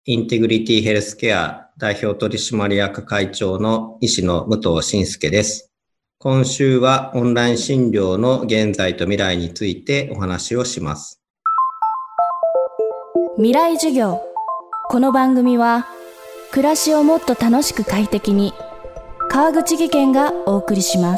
インテグリティヘルスケア代表取締役会長の医師の武藤信介です。今週はオンライン診療の現在と未来についてお話をします。 未来授業。この番組は暮らしをもっと楽しく快適に、川口義賢がお送りします。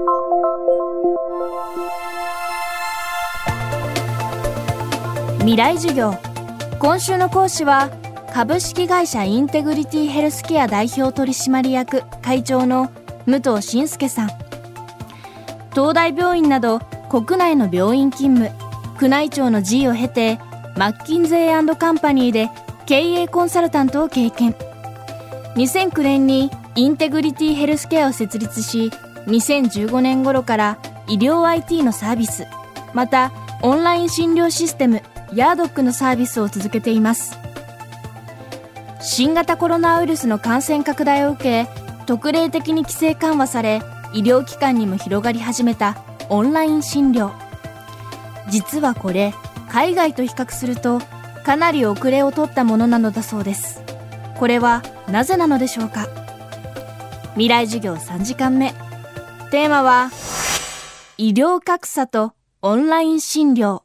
未来授業。今週の講師は株式会社インテグリティヘルスケア代表取締役会長の武藤信介さん。東大病院など国内の病院勤務、宮内庁の辞意を経てマッキンゼー&カンパニーで経営コンサルタントを経験。2009年にインテグリティヘルスケアを設立し、2015年頃から医療 IT のサービス、またオンライン診療システムヤードックのサービスを続けています。新型コロナウイルスの感染拡大を受け、特例的に規制緩和され、医療機関にも広がり始めたオンライン診療。実はこれ、海外と比較するとかなり遅れを取ったものなのだそうです。これはなぜなのでしょうか。未来授業3時間目。テーマは医療格差とオンライン診療。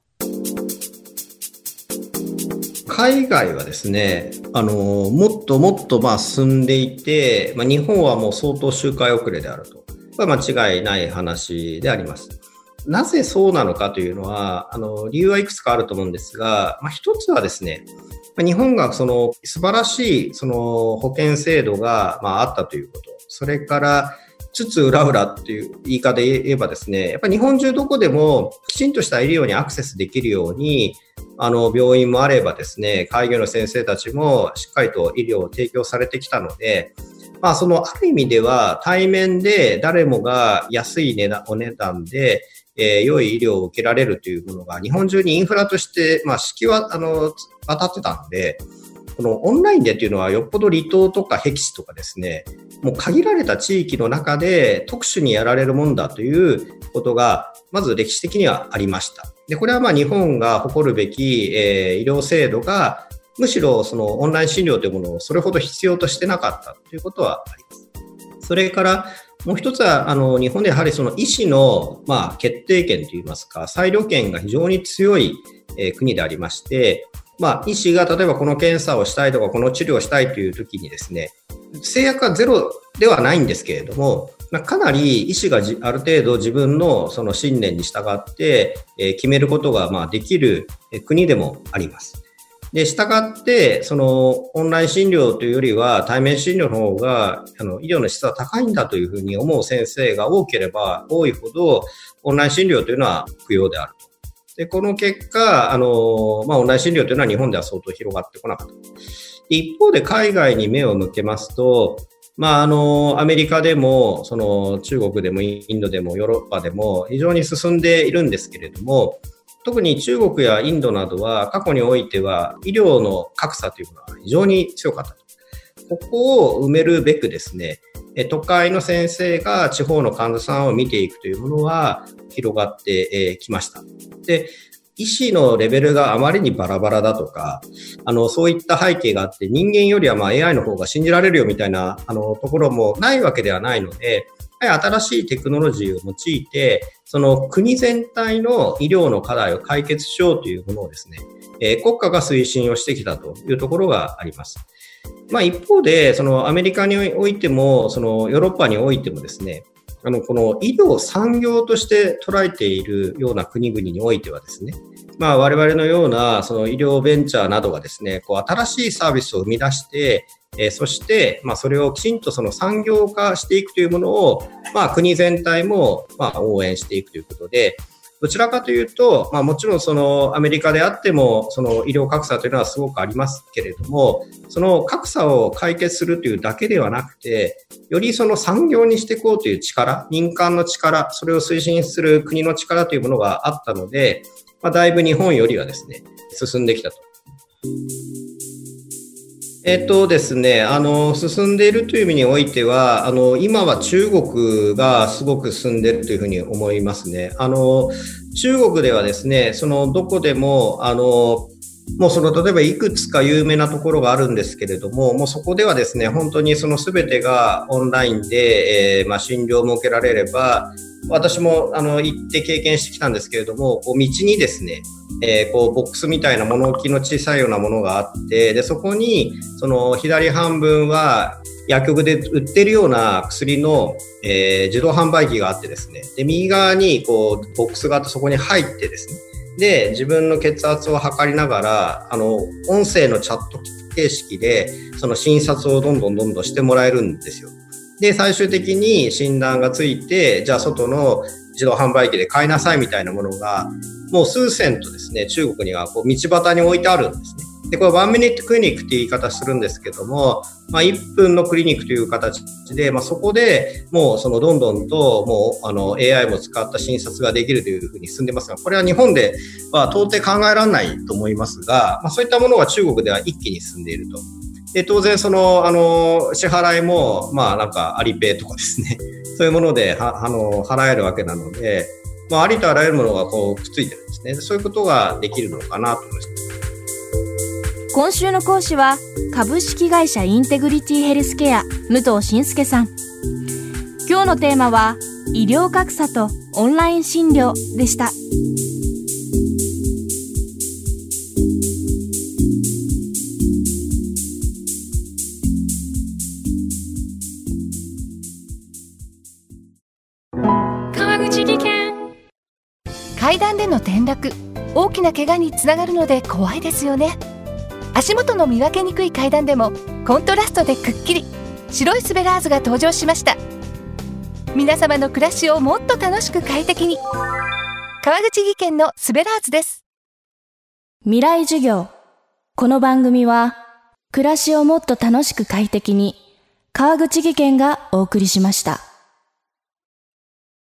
海外はですね、もっと進んでいて、日本はもう相当周回遅れであると。間違いない話であります。なぜそうなのかというのは、理由はいくつかあると思うんですが、一つはですね、日本が素晴らしい保険制度があったということ。それからつつ裏裏っていう言い方で言えばですね、やっぱり日本中どこでもきちんとした医療にアクセスできるように、病院もあればですね、開業の先生たちもしっかりと医療を提供されてきたので、ある意味では対面で誰もが安いお値段で、良い医療を受けられるというものが日本中にインフラとして、敷居は渡ってたので、このオンラインでというのはよっぽど離島とか僻地とかですね、もう限られた地域の中で特殊にやられるもんだということがまず歴史的にはありました。で、これは日本が誇るべき、医療制度がむしろオンライン診療というものをそれほど必要としてなかったということはあります。それからもう一つは日本でやはり医師の決定権といいますか裁量権が非常に強い、国でありまして、医師が例えばこの検査をしたいとかこの治療をしたいという時にですね、制約はゼロではないんですけれども、かなり医師がある程度自分の信念に従って、決めることができる国でもあります。で、従ってオンライン診療というよりは対面診療の方が医療の質は高いんだというふうに思う先生が多ければ多いほどオンライン診療というのは不要であると。で、この結果オンライン診療というのは日本では相当広がってこなかった。一方で海外に目を向けますと、アメリカでも中国でもインドでもヨーロッパでも非常に進んでいるんですけれども、特に中国やインドなどは過去においては医療の格差というのは非常に強かったと。ここを埋めるべくですね、都会の先生が地方の患者さんを見ていくというものは広がってきました。で、医師のレベルがあまりにバラバラだとか、そういった背景があって人間よりはAI の方が信じられるよみたいなところもないわけではないので、新しいテクノロジーを用いて、国全体の医療の課題を解決しようというものをですね、国家が推進をしてきたというところがあります。一方で、アメリカにおいても、ヨーロッパにおいてもですね、この医療産業として捉えているような国々においてはですね、我々のような医療ベンチャーなどがですね、新しいサービスを生み出して、そしてそれをきちんと産業化していくというものを国全体も応援していくということで、どちらかというと、もちろんアメリカであっても医療格差というのはすごくありますけれども、その格差を解決するというだけではなくて、より産業にしていこうという力、民間の力、それを推進する国の力というものがあったので、だいぶ日本よりはですね、進んできたと。ですね、進んでいるという意味においては、今は中国がすごく進んでいるというふうに思いますね。中国ではですね、どこでも、 もう例えばいくつか有名なところがあるんですけれども、もうそこではですね、本当にその全てがオンラインで、診療を設けられれば、私も行って経験してきたんですけれども、道にですね、ボックスみたいな物置の小さいようなものがあって、でそこにその左半分は薬局で売ってるような薬の、自動販売機があってですね、で右側にボックスがあって、そこに入ってですね、で自分の血圧を測りながら音声のチャット形式でその診察をどんどんしてもらえるんですよ。で最終的に診断がついて、じゃあ外の自動販売機で買いなさいみたいなものがもう数千とですね、中国には道端に置いてあるんですね。でこれ1ミニットクリニックって言い方するんですけども、1分のクリニックという形で、そこでもうどんどんともうAI も使った診察ができるというふうに進んでますが、これは日本では到底考えられないと思いますが、そういったものが中国では一気に進んでいると。で当然支払いもなんかアリペイとかですね、そういうもので払えるわけなので、ありとあらゆるものがくっついてるんですね。そういうことができるのかなと思います。 今週の講師は株式会社インテグリティヘルスケア武藤信介さん。今日のテーマは医療格差とオンライン診療でした。 川口技研。階段での転落、大きな怪我につながるので怖いですよね。足元の見分けにくい階段でもコントラストでくっきり白いスベラーズが登場しました。皆様の暮らしをもっと楽しく快適に、川口技研のスベラーズです。 未来授業。この番組は暮らしをもっと楽しく快適に、川口技研がお送りしました。